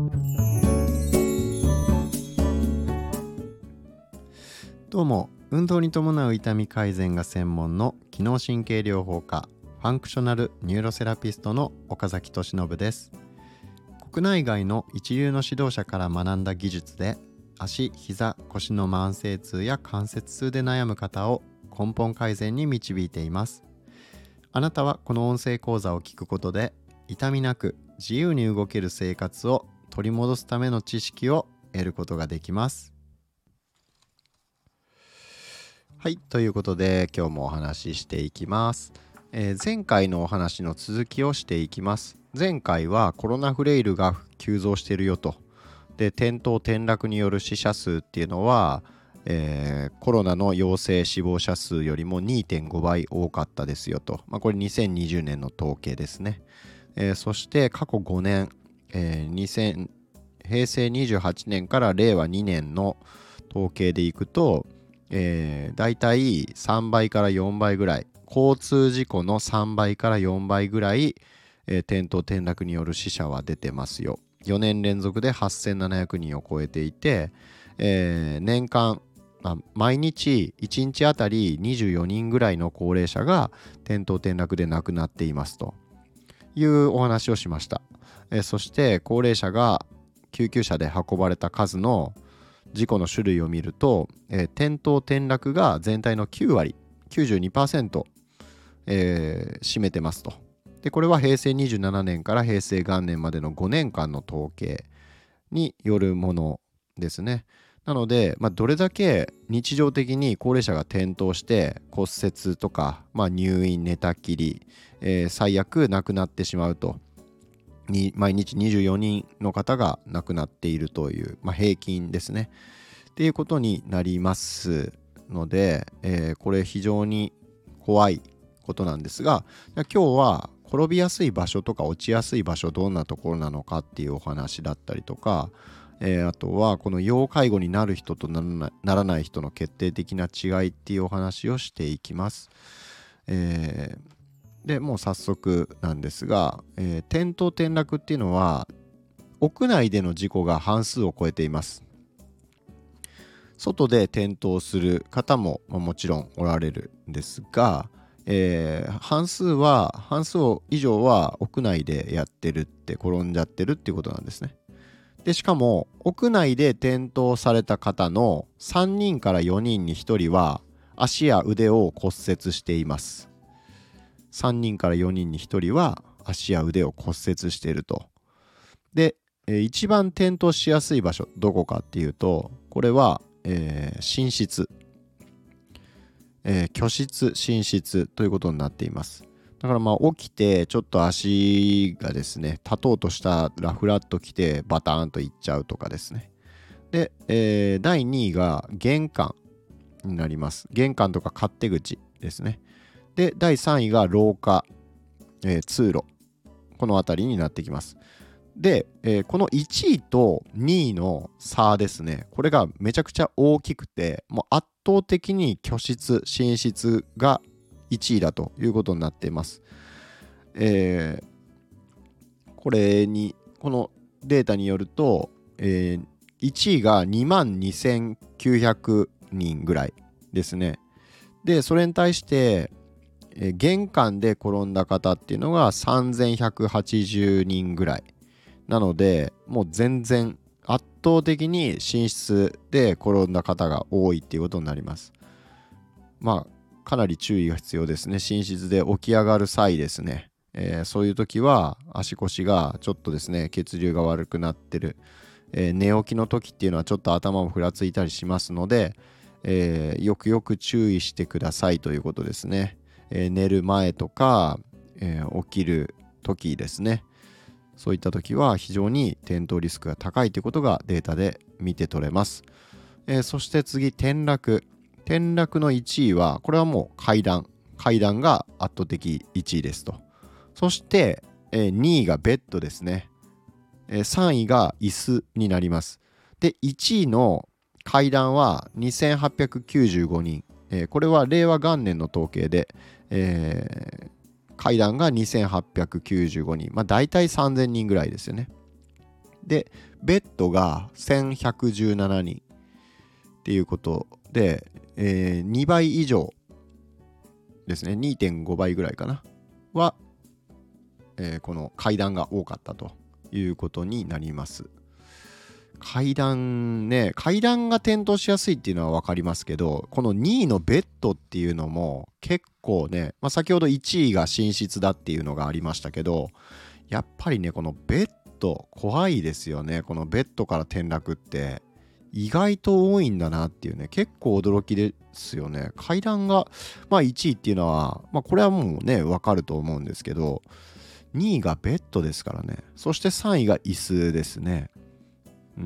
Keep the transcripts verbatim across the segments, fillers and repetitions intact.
どうも、運動に伴う痛み改善が専門の機能神経療法科ファンクショナルニューロセラピストの岡崎俊信です。国内外の一流の指導者から学んだ技術で足、膝、腰の慢性痛や関節痛で悩む方を根本改善に導いています。あなたはこの音声講座を聞くことで痛みなく自由に動ける生活を取り戻すための知識を得ることができます。はい、ということで今日もお話ししていきます。えー、前回のお話の続きをしていきます。前回はコロナフレイルが急増しているよと。で、転倒転落による死者数っていうのは、えー、コロナの陽性死亡者数よりも にてんご 倍多かったですよと。まあ、これにせんにじゅうねんの統計ですね。えー、そして過去ごねん、えー、にせんへいせいにじゅうはちねんかられいわにねんの統計でいくと、えー、だいたいさんばいからよんばいぐらい、交通事故のさんばいからよんばいぐらい、えー、転倒転落による死者は出てますよ。よねん連続ではっせんななひゃくにんを超えていて、えー、年間、まあ、毎日いちにちあたりにじゅうよにんぐらいの高齢者が転倒転落で亡くなっていますというお話をしました。えー、そして高齢者が救急車で運ばれた数の事故の種類を見ると、えー、転倒転落が全体のきゅうわり きゅうじゅうにパーセント、えー、占めてますと。でこれはへいせいにじゅうななねんからへいせい元年までのごねんかんの統計によるものですね。なので、まあ、どれだけ日常的に高齢者が転倒して骨折とか、まあ、入院寝たきり、えー、最悪亡くなってしまうとに毎日にじゅうよにんの方が亡くなっているという、まあ、平均ですねっていうことになりますので、えー、これ非常に怖いことなんですが、今日は転びやすい場所とか落ちやすい場所どんなところなのかっていうお話だったりとか、えー、あとはこの要介護になる人とならない、ならない人の決定的な違いっていうお話をしていきます。えーでもう早速なんですが、えー、転倒転落っていうのは屋内での事故が半数を超えています。外で転倒する方も、まあ、もちろんおられるんですが、えー、半数は半数以上は屋内でやってるって転んじゃってるっていうことなんですね。でしかも屋内で転倒された方のさんにんからよにんにひとりは足や腕を骨折しています。さんにんからよにんにひとりは足や腕を骨折していると。で、えー、一番転倒しやすい場所どこかっていうと、これは、えー、寝室、えー、居室、寝室ということになっています。だからまあ起きてちょっと足がですね立とうとしたらフラッと来てバターンといっちゃうとかですね。で、えー、だいにいが玄関になります。玄関とか勝手口ですね。でだいさんいが廊下、えー、通路、この辺りになってきます。で、えー、このいちいとにいの差ですね、これがめちゃくちゃ大きくて、もう圧倒的に居室、寝室がいちいだということになっています。えー、これにこのデータによると、えー、いちいがにまんにせんきゅうひゃくにんぐらいですね。でそれに対してえー、玄関で転んだ方っていうのがさんぜんひゃくはちじゅうにんぐらいなので、もう全然圧倒的に寝室で転んだ方が多いっていうことになります。まあかなり注意が必要ですね。寝室で起き上がる際ですね、えー、そういう時は足腰がちょっとですね血流が悪くなってる、えー、寝起きの時っていうのはちょっと頭もふらついたりしますので、えー、よくよく注意してくださいということですね。えー、寝る前とか、えー、起きる時ですね。そういった時は非常に転倒リスクが高いということがデータで見て取れます。えー、そして次、転落。転落のいちいは、これはもう階段。階段が圧倒的いちいですと。そして、えー、にいがベッドですね。えー、さんいが椅子になります。で、いちいの階段はにせんはっぴゃくきゅうじゅうごにん。えー、これはれいわ元年の統計で、えー、階段がにせんはっぴゃくきゅうじゅうごにん、まあ大体さんぜんにんぐらいですよね。 でベッドがせんひゃくじゅうななにんっていうことで、えー、にばい以上ですね にてんご 倍ぐらいかなは、えー、この階段が多かったということになります。階段ね、階段が転倒しやすいっていうのは分かりますけど、このにいのベッドっていうのも結構ね、まあ、先ほどいちいが寝室だっていうのがありましたけど、やっぱりねこのベッド怖いですよね。このベッドから転落って意外と多いんだなっていうね、結構驚きですよね。階段がまあいちいっていうのは、まあこれはもうね分かると思うんですけど、にいがベッドですからね。そしてさんいが椅子ですね。うん、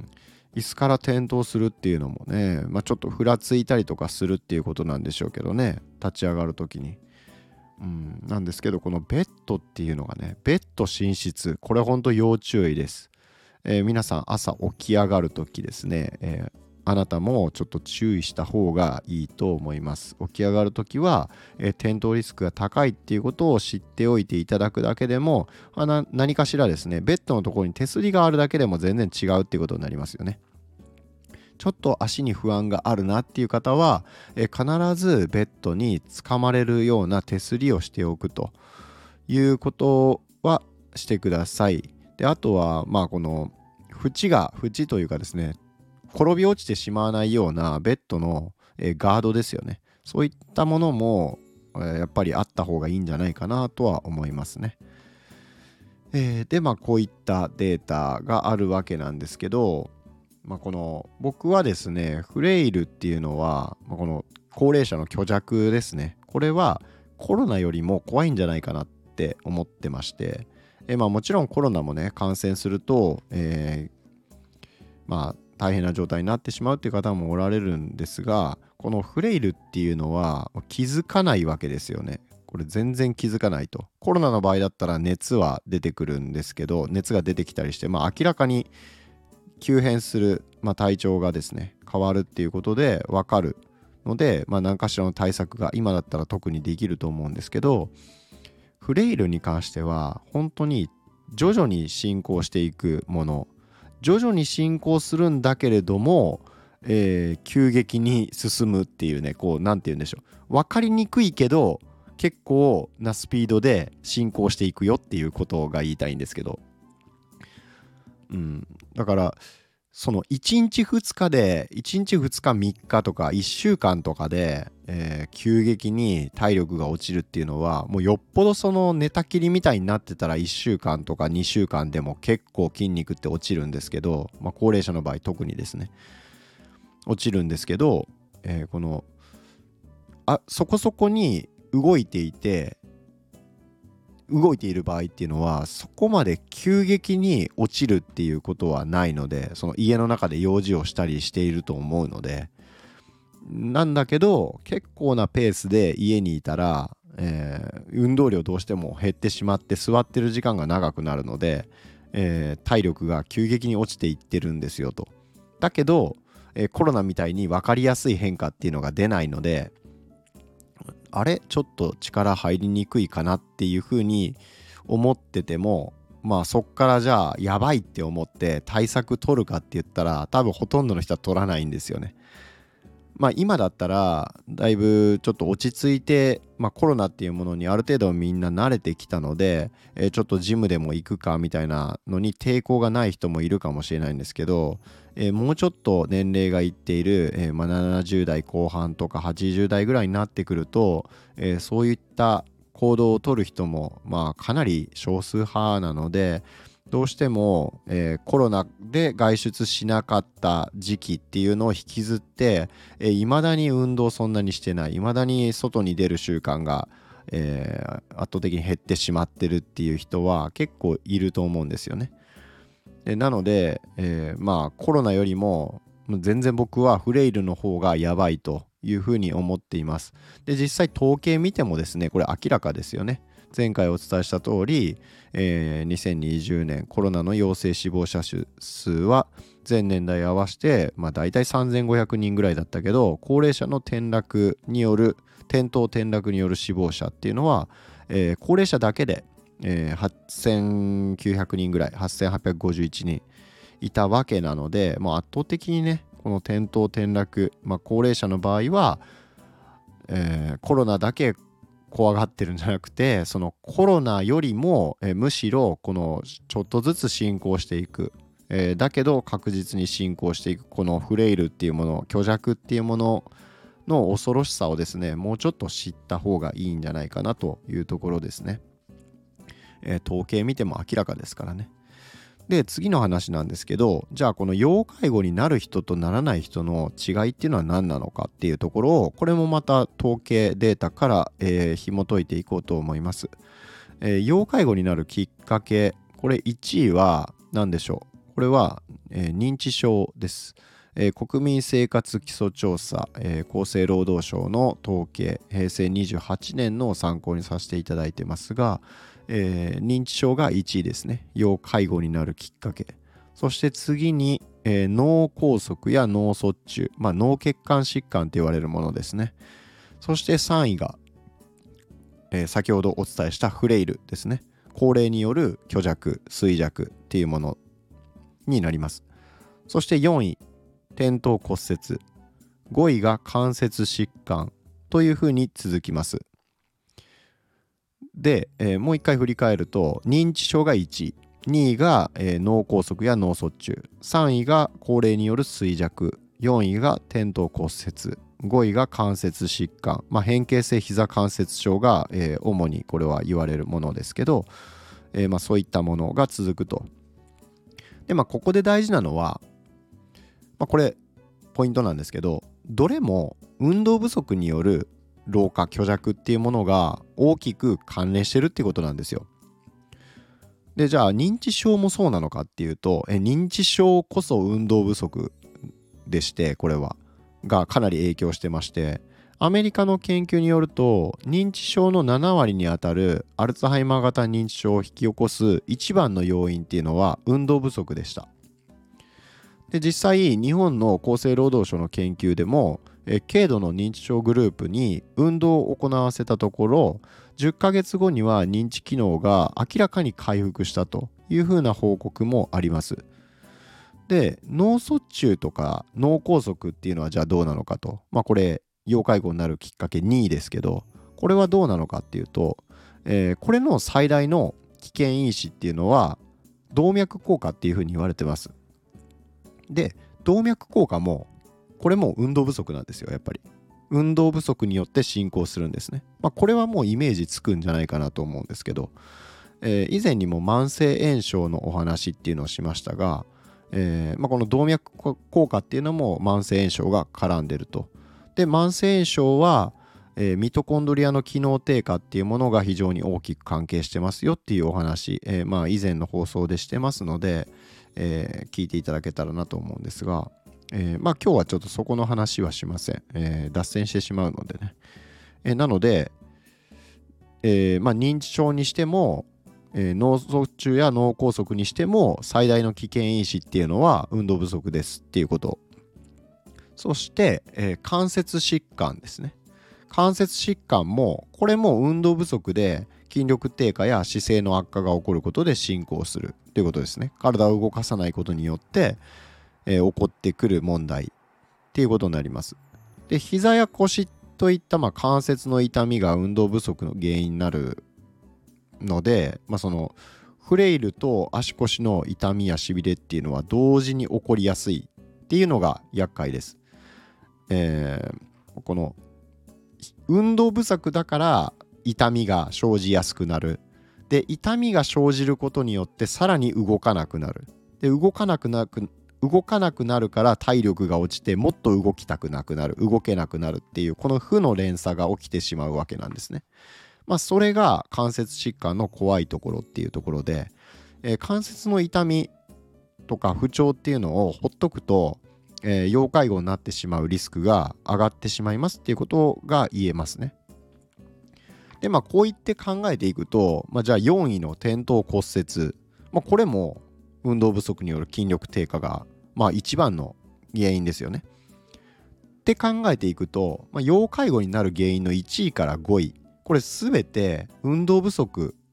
椅子から転倒するっていうのもね、まあ、ちょっとふらついたりとかするっていうことなんでしょうけどね、立ち上がるときに、うん、なんですけど、このベッドっていうのがね、ベッド寝室、これほんと要注意です。えー、皆さん朝起き上がるときですね、えーあなたもちょっと注意した方がいいと思います。起き上がるときは、えー、転倒リスクが高いっていうことを知っておいていただくだけでも、あな何かしらですね、ベッドのところに手すりがあるだけでも全然違うっていうことになりますよね。ちょっと足に不安があるなっていう方は、えー、必ずベッドにつかまれるような手すりをしておくということはしてください。で、あとは、まあこの縁が、縁というかですね、転び落ちてしまわないようなベッドの、えーガードですよね。そういったものも、えーやっぱりあった方がいいんじゃないかなとは思いますね。えーで、まあこういったデータがあるわけなんですけど、まあ、この僕はですね、フレイルっていうのは、まあ、この高齢者の虚弱ですね。これはコロナよりも怖いんじゃないかなって思ってまして、えーまあ、もちろんコロナもね、感染すると、えーまあ大変な状態になってしまうっていう方もおられるんですが、このフレイルっていうのは気づかないわけですよね。これ全然気づかないと。コロナの場合だったら熱は出てくるんですけど、熱が出てきたりして、まあ明らかに急変する、まあ、体調がですね変わるっていうことで分かるので、まあ、何かしらの対策が今だったら特にできると思うんですけど、フレイルに関しては本当に徐々に進行していくもの、徐々に進行するんだけれども、えー急激に進むっていうね、こうなんて言うんでしょう、分かりにくいけど結構なスピードで進行していくよっていうことが言いたいんですけど、うん、だからそのいちにちふつかでいちにちふつかみっかとかいっしゅうかんとかで、えー急激に体力が落ちるっていうのは、もうよっぽどその寝たきりみたいになってたらいっしゅうかんとかにしゅうかんでも結構筋肉って落ちるんですけど、まあ、高齢者の場合特にですね落ちるんですけど、えーこのあそこそこに動いていて動いている場合っていうのはそこまで急激に落ちるっていうことはないので、その家の中で用事をしたりしていると思うので、なんだけど結構なペースで家にいたら、えー運動量どうしても減ってしまって座ってる時間が長くなるので、えー体力が急激に落ちていってるんですよと。だけど、えーコロナみたいに分かりやすい変化っていうのが出ないので、あれちょっと力入りにくいかなっていうふうに思ってても、まあそっからじゃあやばいって思って対策取るかって言ったら多分ほとんどの人は取らないんですよね。まあ今だったらだいぶちょっと落ち着いて、まあ、コロナっていうものにある程度みんな慣れてきたので、えーちょっとジムでも行くかみたいなのに抵抗がない人もいるかもしれないんですけど、えーもうちょっと年齢がいっている、えーまあ、ななじゅう代後半とかはちじゅう代ぐらいになってくると、えーそういった行動を取る人もまあかなり少数派なので、どうしても、えーコロナで外出しなかった時期っていうのを引きずっていま、えー未だに運動そんなにしてない、未だに外に出る習慣が、えー圧倒的に減ってしまってるっていう人は結構いると思うんですよね。でなので、えーまあコロナよりも全然僕はフレイルの方がやばいというふうに思っています。で実際統計見てもですね、これ明らかですよね。前回お伝えした通り、えーにせんにじゅうねんコロナの陽性死亡者数は全年代合わせて、まあ、大体さんぜんごひゃくにんぐらいだったけど、高齢者の転落による転倒転落による死亡者っていうのは、えー高齢者だけでえーはっせんきゅうひゃくにんぐらい、はっせんはっぴゃくごじゅういちにんいたわけなので、もう圧倒的にね、この転倒転落、まあ、高齢者の場合は、えーコロナだけ怖がってるんじゃなくて、そのコロナよりも、えーむしろこのちょっとずつ進行していく、えーだけど確実に進行していくこのフレイルっていうもの、虚弱っていうものの恐ろしさをですね、もうちょっと知った方がいいんじゃないかなというところですね。えー統計見ても明らかですからね。で、次の話なんですけど、じゃあこの要介護になる人とならない人の違いっていうのは何なのかっていうところを、これもまた統計データから、えー紐解いていこうと思います。えー要介護になるきっかけ、これいちいは何でしょう。これは、えー認知症です。えー国民生活基礎調査、えー厚生労働省の統計、へいせいにじゅうはちねんのを参考にさせていただいてますが、えー認知症がいちいですね。要介護になるきっかけ。そして次に、えー脳梗塞や脳卒中、まあ、脳血管疾患と言われるものですね。そしてさんいが、えー先ほどお伝えしたフレイルですね。高齢による虚弱、衰弱っていうものになります。そしてよんい、転倒骨折。ごいが関節疾患というふうに続きます。で、えーもう一回振り返ると、認知症がいちい、にいが、えー脳梗塞や脳卒中、さんいが高齢による衰弱、よんいが転倒骨折、ごいが関節疾患、まあ、変形性膝関節症が、えー主にこれは言われるものですけど、えーまあ、そういったものが続くと。で、まあ、ここで大事なのは、まあ、これポイントなんですけど、どれも運動不足による老化虚弱っていうものが大きく関連してるっていうことなんですよ。で、じゃあ認知症もそうなのかっていうと、え認知症こそ運動不足でして、これはがかなり影響してまして、アメリカの研究によると、認知症のななわりにあたるアルツハイマー型認知症を引き起こす一番の要因っていうのは運動不足でした。で、実際日本の厚生労働省の研究でも、え軽度の認知症グループに運動を行わせたところ、じゅっかげつごには認知機能が明らかに回復したというふうな報告もあります。で、脳卒中とか脳梗塞っていうのはじゃあどうなのかと。まあこれ、要介護になるきっかけにいですけど、これはどうなのかっていうと、えーこれの最大の危険因子っていうのは動脈硬化っていうふうに言われてます。で、動脈硬化もこれも運動不足なんですよ、やっぱり。運動不足によって進行するんですね。まあ、これはもうイメージつくんじゃないかなと思うんですけど、えー以前にも慢性炎症のお話っていうのをしましたが、えーまあ、この動脈硬化っていうのも慢性炎症が絡んでると。で、慢性炎症は、えーミトコンドリアの機能低下っていうものが非常に大きく関係してますよっていうお話、えーまあ以前の放送でしてますので、えー聞いていただけたらなと思うんですが、えーまあ今日はちょっとそこの話はしません。えー脱線してしまうのでね。えーなので、えーまあ、認知症にしても、えー脳卒中や脳梗塞にしても最大の危険因子っていうのは運動不足ですっていうこと。そして、えー関節疾患ですね。関節疾患もこれも運動不足で筋力低下や姿勢の悪化が起こることで進行するということですね。体を動かさないことによって、えー起こってくる問題っていうことになります。で、膝や腰といった、まあ、関節の痛みが運動不足の原因になるので、まあ、そのフレイルと足腰の痛みやしびれっていうのは同時に起こりやすいっていうのが厄介です。えーこの運動不足だから痛みが生じやすくなる。で、痛みが生じることによってさらに動かなくなる。で、動かなくなく動かなくなるから体力が落ちてもっと動きたくなくなる、動けなくなるっていうこの負の連鎖が起きてしまうわけなんですね。まあそれが関節疾患の怖いところっていうところで、えー関節の痛みとか不調っていうのをほっとくと、えー要介護になってしまうリスクが上がってしまいますっていうことが言えますね。で、まあこう言って考えていくと、まあ、じゃあよんいの転倒骨折、まあ、これも運動不足による筋力低下がまあ一番の原因ですよね。って考えていくと、まあ、要介護になる原因のいちいからごい、これすべて運動不足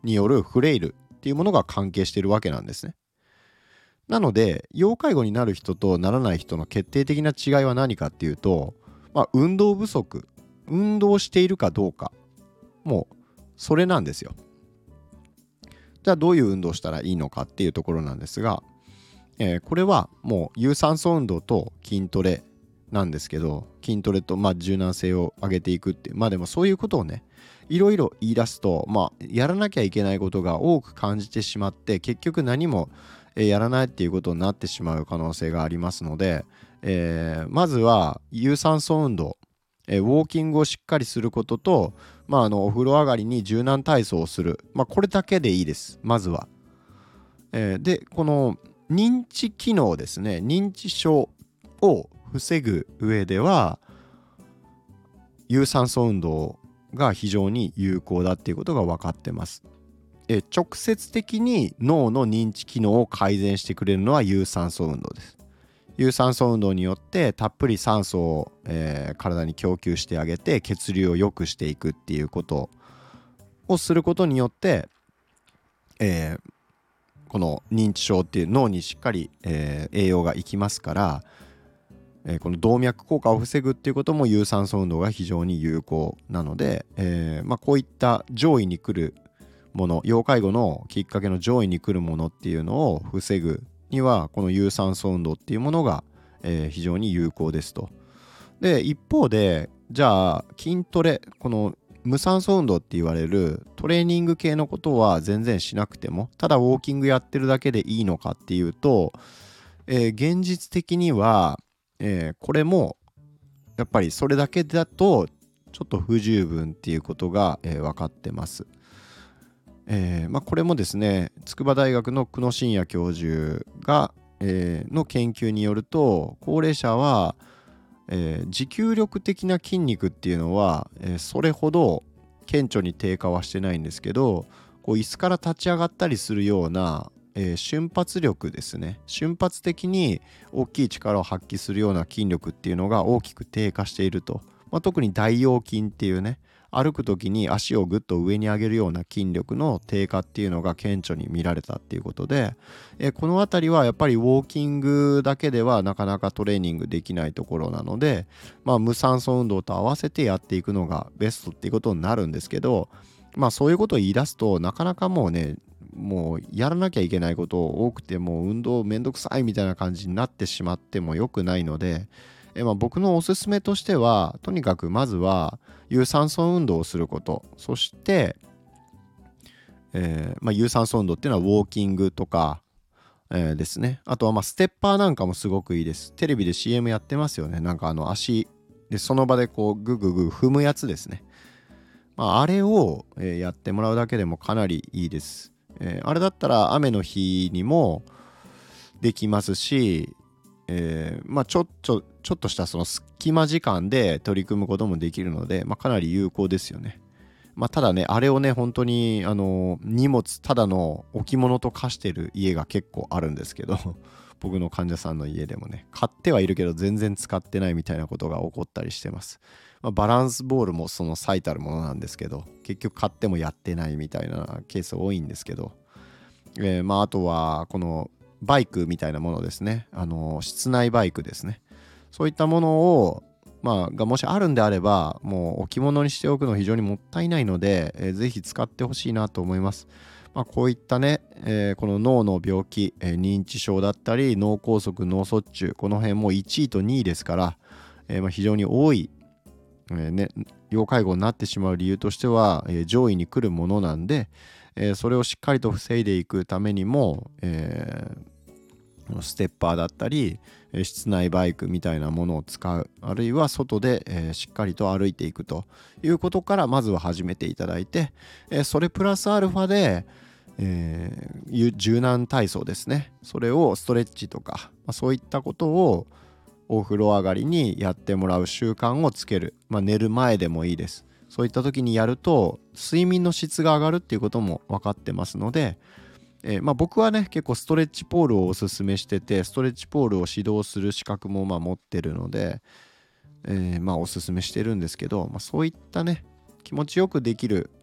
によるフレイルっていうものが関係しているわけなんですね。なので要介護になる人とならない人の決定的な違いは何かっていうと、まあ、運動不足、運動しているかどうか、もうそれなんですよ。じゃあどういう運動をしたらいいのかっていうところなんですが、えー、これはもう有酸素運動と筋トレなんですけど、筋トレとまあ柔軟性を上げていくっていう、まあでもそういうことをねいろいろ言い出すと、まあやらなきゃいけないことが多く感じてしまって、結局何もやらないっていうことになってしまう可能性がありますので、えー、まずは有酸素運動、えー、ウォーキングをしっかりすることと、まあ、あのお風呂上がりに柔軟体操をする、まあ、これだけでいいです、まずは。えー、でこの認知機能ですね、認知症を防ぐ上では有酸素運動が非常に有効だっていうことが分かってます。え直接的に脳の認知機能を改善してくれるのは有酸素運動です。有酸素運動によってたっぷり酸素を、えー、体に供給してあげて血流を良くしていくっていうことをすることによって、えー、この認知症っていう脳にしっかり、えー、栄養がいきますから、えー、この動脈硬化を防ぐっていうことも有酸素運動が非常に有効なので、えーまあ、こういった上位に来るもの、要介護のきっかけの上位に来るものっていうのを防ぐにはこの有酸素運動っていうものが、えー、非常に有効ですと。で一方でじゃあ筋トレ、この無酸素運動って言われるトレーニング系のことは全然しなくても、ただウォーキングやってるだけでいいのかっていうと、えー、現実的には、えー、これもやっぱりそれだけだとちょっと不十分っていうことが、えー、分かってます。えーまあ、これもですね、筑波大学の久野真也教授が、えーの研究によると、高齢者は、えー持久力的な筋肉っていうのは、えーそれほど顕著に低下はしてないんですけど、こう椅子から立ち上がったりするような、えー瞬発力ですね、瞬発的に大きい力を発揮するような筋力っていうのが大きく低下していると。まあ、特に大腰筋っていうね、歩く時に足をぐっと上に上げるような筋力の低下っていうのが顕著に見られたっていうことで、えこのあたりはやっぱりウォーキングだけではなかなかトレーニングできないところなので、まあ、無酸素運動と合わせてやっていくのがベストっていうことになるんですけど、まあそういうことを言い出すとなかなかもうね、もうやらなきゃいけないこと多くて、もう運動めんどくさいみたいな感じになってしまっても良くないので、えまあ、僕のおすすめとしては、とにかくまずは有酸素運動をすること、そして、えーまあ、有酸素運動っていうのはウォーキングとか、えーですね。あとはまあステッパーなんかもすごくいいです。テレビで シーエム やってますよね。なんかあの足でその場でこうグググ踏むやつですね。まあ、あれを、えーやってもらうだけでもかなりいいです。えーあれだったら雨の日にもできますし、えーまあ、ちょちょちょっとしたその隙間時間で取り組むこともできるので、まあ、かなり有効ですよね。まあ、ただね、あれをね、本当にあの荷物、ただの置物と化してる家が結構あるんですけど、僕の患者さんの家でもね、買ってはいるけど全然使ってないみたいなことが起こったりしてます。まあ、バランスボールもその最たるものなんですけど、結局買ってもやってないみたいなケース多いんですけど、えーまあ、あとはこのバイクみたいなものですね、あの室内バイクですね、そういったものを、まあ、がもしあるんであれば、もう置物にしておくの非常にもったいないので、えーぜひ使ってほしいなと思います。まあ、こういったね、えーこの脳の病気、えー認知症だったり脳梗塞、脳卒中、この辺もいちいとにいですから、えーまあ非常に多い、えーね、要介護になってしまう理由としては、えー上位に来るものなんで、えーそれをしっかりと防いでいくためにも、えーステッパーだったり、えー室内バイクみたいなものを使う、あるいは外で、えーしっかりと歩いていくということからまずは始めていただいて、えーそれプラスアルファで、えー柔軟体操ですね、それをストレッチとか、まあ、そういったことをお風呂上がりにやってもらう習慣をつける、まあ、寝る前でもいいです。そういった時にやると睡眠の質が上がるっていうことも分かってますので、えーまあ、僕はね結構ストレッチポールをおすすめしてて、ストレッチポールを指導する資格もまあ持ってるので、えーまあおすすめしてるんですけど、まあ、そういったね気持ちよくできる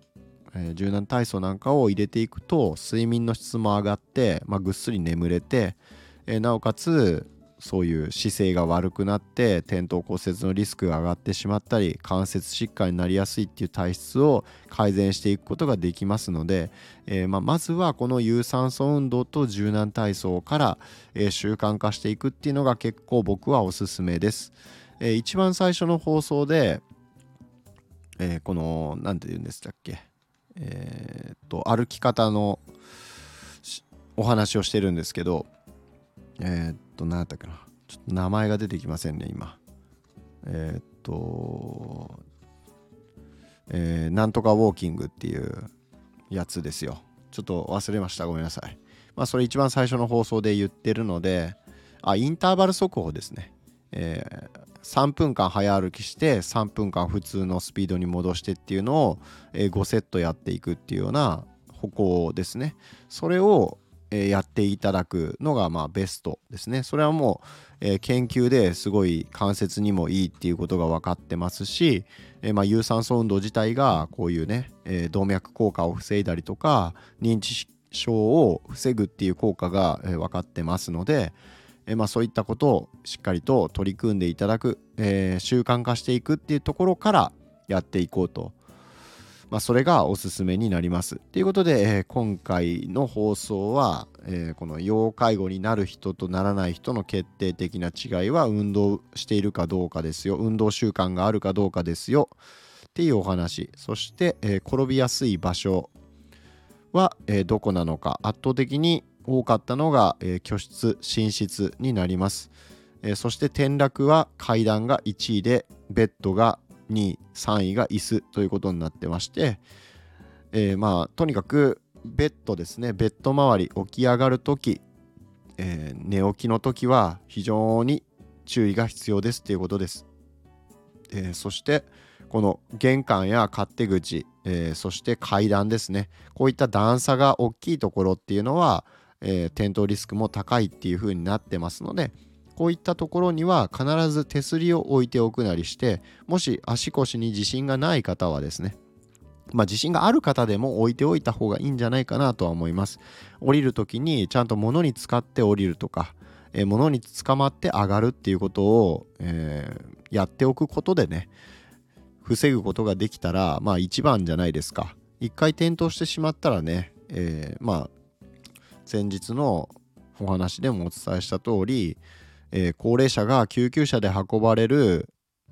えー柔軟体操なんかを入れていくと睡眠の質も上がって、まあ、ぐっすり眠れて、えーなおかつそういう姿勢が悪くなって転倒骨折のリスクが上がってしまったり関節疾患になりやすいっていう体質を改善していくことができますので、えーまあ、まずはこの有酸素運動と柔軟体操から、えー習慣化していくっていうのが結構僕はおすすめです。えー一番最初の放送で、えーこの何て言うんでしたっけ、えーっと歩き方のお話をしてるんですけど、えー、っと何だったっけな、ちょっと名前が出てきませんね今。えー、っと、えー、なんとかウォーキングっていうやつですよ。ちょっと忘れました、ごめんなさい。まあそれ一番最初の放送で言ってるので、あ、インターバル速歩ですね。えー、さんぷんかん早歩きしてさんぷんかん普通のスピードに戻してっていうのを、えー、ごセットやっていくっていうような歩行ですね。それをえーやっていただくのがまあベストですね。それはもう、えー研究ですごい関節にもいいっていうことが分かってますし、えーまあ有酸素運動自体がこういうね、えー動脈硬化を防いだりとか認知症を防ぐっていう効果が、えー分かってますので、えーまあそういったことをしっかりと取り組んでいただく、えー習慣化していくっていうところからやっていこうと、まあ、それがおすすめになります。ということで、えー今回の放送は、えーこの要介護になる人とならない人の決定的な違いは運動しているかどうかですよ、運動習慣があるかどうかですよっていうお話、そして、えー転びやすい場所は、えーどこなのか、圧倒的に多かったのが、えー居室寝室になります。えーそして転落は階段がいちいでベッドがにい、さんいが椅子ということになってまして、えーまあとにかくベッドですね、ベッド周り起き上がるとき、えー寝起きのときは非常に注意が必要ですということです。えーそしてこの玄関や勝手口、えーそして階段ですね、こういった段差が大きいところっていうのは、えー転倒リスクも高いっていう風になってますので、こういったところには必ず手すりを置いておくなりして、もし足腰に自信がない方はですね、まあ自信がある方でも置いておいた方がいいんじゃないかなとは思います。降りる時にちゃんと物に使って降りるとか、えー物に捕まって上がるっていうことを、えーやっておくことでね、防ぐことができたらまあ一番じゃないですか。一回転倒してしまったらね、えーまあ前日のお話でもお伝えした通り、えー高齢者が救急車で運ばれる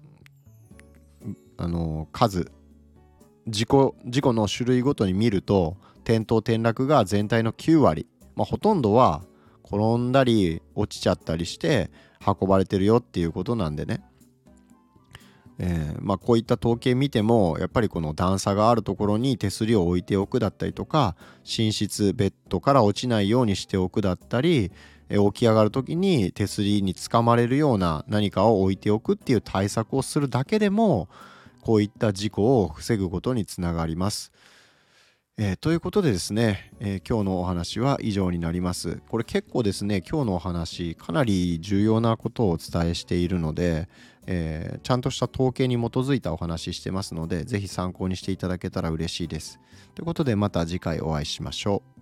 あの数、事故事故の種類ごとに見ると転倒転落が全体のきゅうわり、まあ、ほとんどは転んだり落ちちゃったりして運ばれてるよっていうことなんでね、えーまあ、こういった統計見てもやっぱりこの段差があるところに手すりを置いておくだったりとか、寝室ベッドから落ちないようにしておくだったり、えー起き上がる時に手すりにつかまれるような何かを置いておくっていう対策をするだけでもこういった事故を防ぐことにつながります。えーということでですね、えー今日のお話は以上になります。これ結構ですね、今日のお話かなり重要なことをお伝えしているので、えーちゃんとした統計に基づいたお話してますので、ぜひ参考にしていただけたら嬉しいです。ということでまた次回お会いしましょう。